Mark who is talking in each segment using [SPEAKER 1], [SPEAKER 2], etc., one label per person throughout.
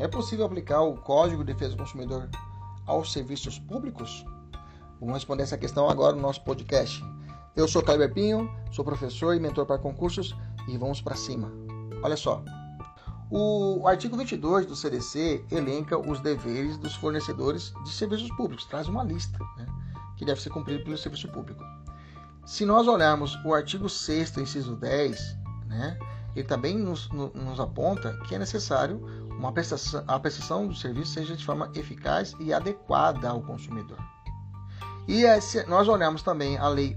[SPEAKER 1] É possível aplicar o Código de Defesa do Consumidor aos serviços públicos? Vamos responder essa questão agora no nosso podcast. Eu sou Kleber Pinho, sou professor e mentor para concursos e vamos para cima. Olha só, o artigo 22 do CDC elenca os deveres dos fornecedores de serviços públicos, traz uma lista, né, que deve ser cumprida pelo serviço público. Se nós olharmos o artigo 6º, inciso 10, né, ele também nos aponta que é necessário a prestação do serviço seja de forma eficaz e adequada ao consumidor. E se nós olharmos também a Lei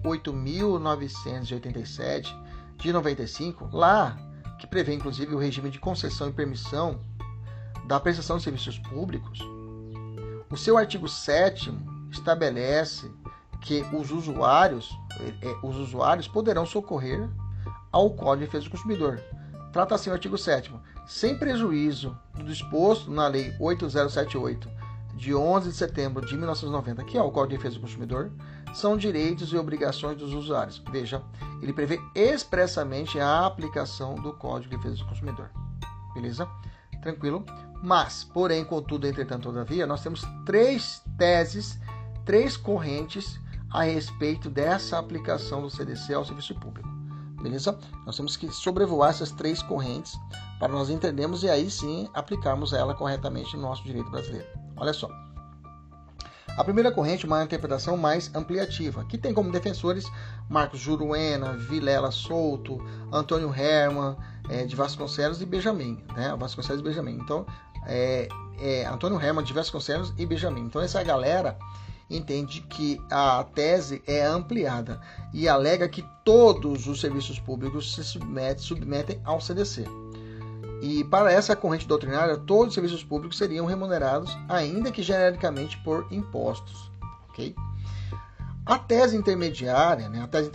[SPEAKER 1] 8.987 de 95, lá que prevê inclusive o regime de concessão e permissão da prestação de serviços públicos, o seu artigo 7º estabelece que os usuários poderão socorrer ao Código de Defesa do Consumidor. Trata assim o artigo 7º, sem prejuízo do disposto na Lei 8078, de 11 de setembro de 1990, que é o Código de Defesa do Consumidor, são direitos e obrigações dos usuários. Veja, ele prevê expressamente a aplicação do Código de Defesa do Consumidor. Beleza? Tranquilo? Mas, porém, contudo, entretanto, todavia, nós temos três correntes a respeito dessa aplicação do CDC ao serviço público. Beleza? Nós temos que sobrevoar essas três correntes para nós entendermos e aí sim aplicarmos ela corretamente no nosso direito brasileiro. Olha só. A primeira corrente é uma interpretação mais ampliativa, que tem como defensores Marcos Juruena, Vilela Souto, Antônio Herman, de Vasconcelos e Benjamin. Né? Vasconcelos e Benjamin. Então, Antônio Herman, de Vasconcelos e Benjamin. Então, essa galera entende que a tese é ampliada e alega que todos os serviços públicos se submetem ao CDC. E para essa corrente doutrinária, todos os serviços públicos seriam remunerados, ainda que genericamente por impostos. Okay? A tese intermediária,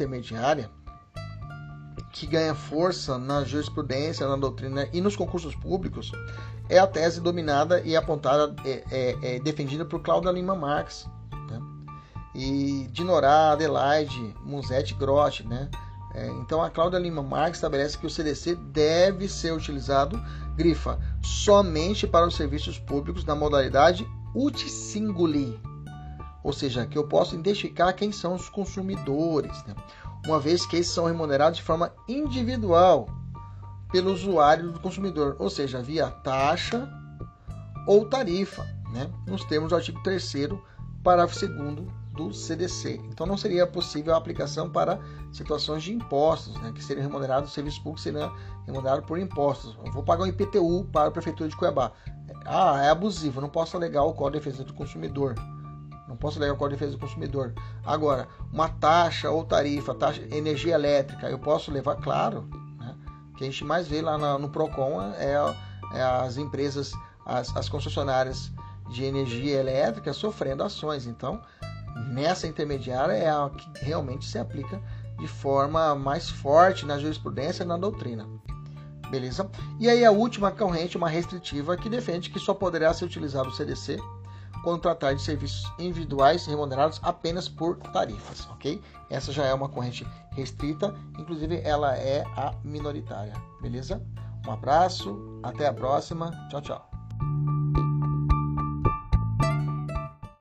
[SPEAKER 1] que ganha força na jurisprudência, na doutrina e nos concursos públicos, é a tese dominada e apontada, defendida por Cláudia Lima Marx, né? E Dinorá, Adelaide, Musetti Grotti, né? Então a Cláudia Lima Marx estabelece que o CDC deve ser utilizado, grifa, somente para os serviços públicos na modalidade uti singuli, ou seja, que eu posso identificar quem são os consumidores, né? Uma vez que esses são remunerados de forma individual pelo usuário do consumidor, ou seja, via taxa ou tarifa, né? Nos termos do artigo 3º, parágrafo 2º do CDC. Então não seria possível a aplicação para situações de impostos, né, que seriam remunerados, serviços públicos seriam remunerados por impostos. Eu vou pagar um IPTU para a Prefeitura de Cuiabá. É abusivo, não posso alegar o Código de Defesa do Consumidor. Agora, uma taxa ou tarifa, taxa energia elétrica, eu posso levar, claro, né, que a gente mais vê lá no PROCON é as empresas, as concessionárias de energia elétrica sofrendo ações. Então, nessa intermediária é a que realmente se aplica de forma mais forte na jurisprudência e na doutrina. Beleza? E aí a última corrente, uma restritiva, que defende que só poderá ser utilizado o CDC quando tratar de serviços individuais remunerados apenas por tarifas, ok? Essa já é uma corrente restrita, inclusive ela é a minoritária. Beleza? Um abraço, até a próxima. Tchau, tchau.